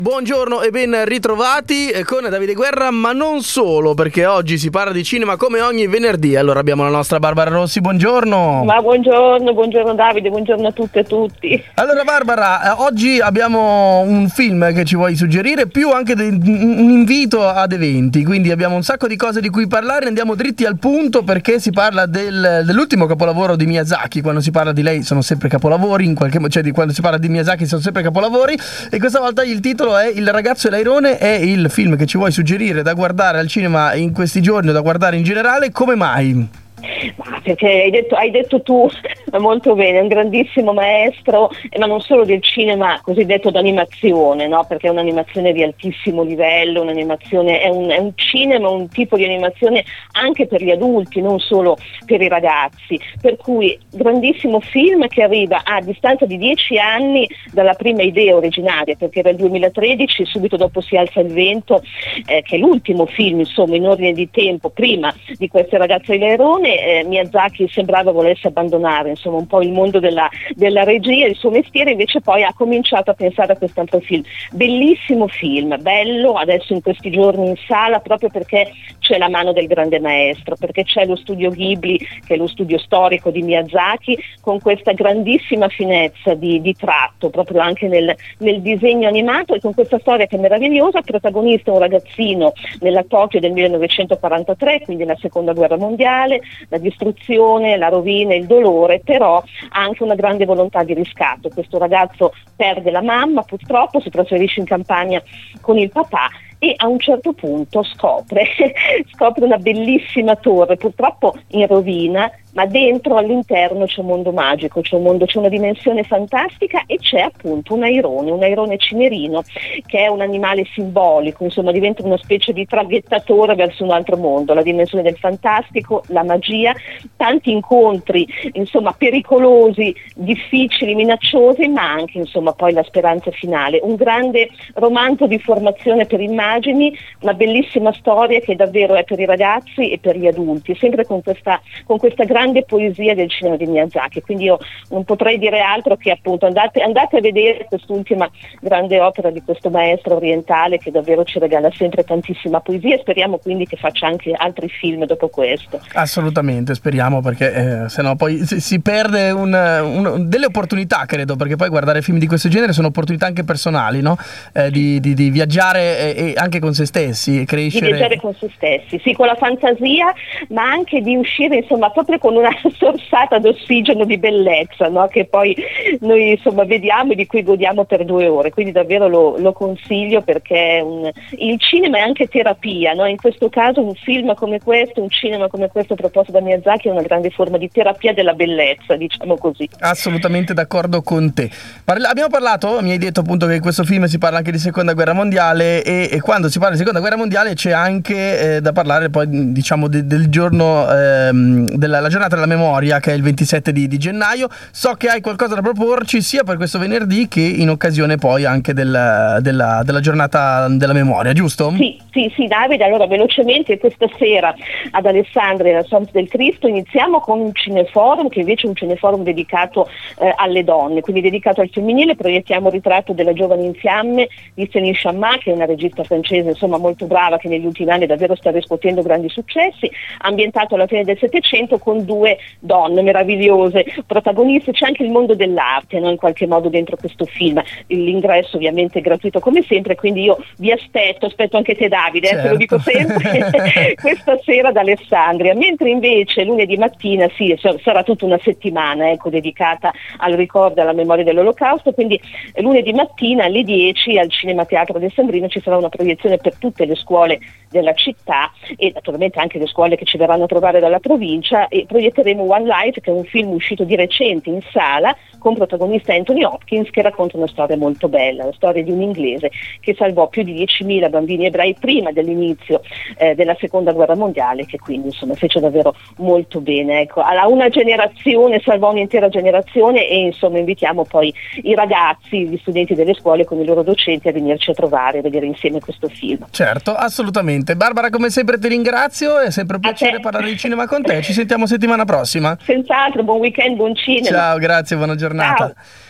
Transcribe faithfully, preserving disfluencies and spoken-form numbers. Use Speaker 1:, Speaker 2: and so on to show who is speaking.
Speaker 1: Buongiorno e ben ritrovati con Davide Guerra, ma non solo, perché oggi si parla di cinema come ogni venerdì. Allora abbiamo la nostra Barbara Rossi, buongiorno.
Speaker 2: Ma buongiorno, buongiorno Davide, buongiorno a tutte e tutti.
Speaker 1: Allora Barbara, oggi abbiamo un film che ci vuoi suggerire, più anche de- un invito ad eventi, quindi abbiamo un sacco di cose di cui parlare, andiamo dritti al punto perché si parla del, dell'ultimo capolavoro di Miyazaki. Quando si parla di lei sono sempre capolavori, in qualche modo, cioè di quando si parla di Miyazaki sono sempre capolavori, e questa volta il titolo è Il ragazzo e l'airone. È il film che ci vuoi suggerire da guardare al cinema in questi giorni o da guardare in generale. Come mai?
Speaker 2: Ma perché hai detto, hai detto tu molto bene, è un grandissimo maestro, ma non solo del cinema cosiddetto d'animazione, no? Perché è un'animazione di altissimo livello, un'animazione, è un, è un cinema, un tipo di animazione anche per gli adulti, non solo per i ragazzi, per cui grandissimo film che arriva a distanza di dieci anni dalla prima idea originaria, perché era il duemilatredici, subito dopo Si alza il vento, eh, che è l'ultimo film insomma in ordine di tempo prima di Queste ragazze e l'airone. Eh, Miyazaki sembrava volesse abbandonare insomma un po' il mondo della, della regia, il suo mestiere, invece poi ha cominciato a pensare a quest'altro film. Bellissimo film, bello adesso in questi giorni in sala proprio perché c'è la mano del grande maestro, perché c'è lo studio Ghibli, che è lo studio storico di Miyazaki, con questa grandissima finezza di, di tratto proprio anche nel, nel disegno animato, e con questa storia che è meravigliosa. Il protagonista è un ragazzino nella Tokyo del millenovecentoquarantatré, quindi la seconda guerra mondiale, la distruzione, la rovina, il dolore, però ha anche una grande volontà di riscatto. Questo ragazzo perde la mamma, purtroppo si trasferisce in campagna con il papà e a un certo punto scopre, scopre una bellissima torre, purtroppo in rovina, ma dentro, all'interno, c'è un mondo magico, c'è un mondo, c'è una dimensione fantastica, e c'è appunto un airone, un airone cinerino, che è un animale simbolico, insomma diventa una specie di traghettatore verso un altro mondo, la dimensione del fantastico, la magia, tanti incontri, insomma pericolosi, difficili, minacciosi, ma anche insomma poi la speranza finale. Un grande romanzo di formazione per immagini, una bellissima storia che davvero è per i ragazzi e per gli adulti, sempre con questa, con questa grande grande poesia del cinema di Miyazaki. Quindi io non potrei dire altro che appunto andate, andate a vedere quest'ultima grande opera di questo maestro orientale che davvero ci regala sempre tantissima poesia, e speriamo quindi che faccia anche altri film dopo questo.
Speaker 1: Assolutamente, speriamo, perché eh, sennò poi si, si perde un, un, delle opportunità, credo, perché poi guardare film di questo genere sono opportunità anche personali, no? Eh, di, di, di viaggiare e, e anche con se stessi, crescere.
Speaker 2: Di viaggiare con se stessi, sì, con la fantasia, ma anche di uscire insomma proprio con una sorsata d'ossigeno di bellezza, no? Che poi noi insomma vediamo e di cui godiamo per due ore, quindi davvero lo, lo consiglio, perché un, il cinema è anche terapia, no? In questo caso un film come questo, un cinema come questo proposto da Miyazaki è una grande forma di terapia della bellezza, diciamo così.
Speaker 1: Assolutamente d'accordo con te. Parla- abbiamo parlato, mi hai detto appunto che in questo film si parla anche di seconda guerra mondiale, e, e quando si parla di seconda guerra mondiale c'è anche eh, da parlare poi diciamo de- del giorno ehm, della la giornata della memoria, che è il ventisette di, di gennaio. So che hai qualcosa da proporci sia per questo venerdì che in occasione poi anche del, della, della giornata della memoria, giusto?
Speaker 2: Sì, sì, sì Davide, allora velocemente questa sera ad Alessandria, la Somms del Cristo, iniziamo con un cineforum, che invece è un cineforum dedicato eh, alle donne, quindi dedicato al femminile. Proiettiamo il ritratto della giovane in fiamme di Céline Sciamma, che è una regista francese insomma molto brava, che negli ultimi anni davvero sta riscuotendo grandi successi, ambientato alla fine del Settecento, con due donne meravigliose protagoniste. C'è anche il mondo dell'arte, no? In qualche modo dentro questo film. L'ingresso ovviamente è gratuito come sempre, quindi io vi aspetto, aspetto anche te Davide, certo. eh, te lo dico sempre, questa sera ad Alessandria. Mentre invece lunedì mattina sì, sarà tutta una settimana ecco, dedicata al ricordo e alla memoria dell'Olocausto, quindi lunedì mattina alle dieci al Cinema Teatro Alessandrino ci sarà una proiezione per tutte le scuole della città e naturalmente anche le scuole che ci verranno a trovare dalla provincia, e proietteremo One Life, che è un film uscito di recente in sala con protagonista Anthony Hopkins, che racconta una storia molto bella, la storia di un inglese che salvò più di diecimila bambini ebrei prima dell'inizio eh, della seconda guerra mondiale, che quindi insomma fece davvero molto bene, ecco, alla una generazione, salvò un'intera generazione, e insomma invitiamo poi i ragazzi, gli studenti delle scuole con i loro docenti a venirci a trovare e vedere insieme questo film.
Speaker 1: Certo, assolutamente. Barbara, come sempre ti ringrazio, è sempre un piacere parlare di cinema con te, ci sentiamo settimana prossima.
Speaker 2: Senz'altro, buon weekend, buon cinema.
Speaker 1: Ciao, grazie, buona giornata.
Speaker 2: Ciao.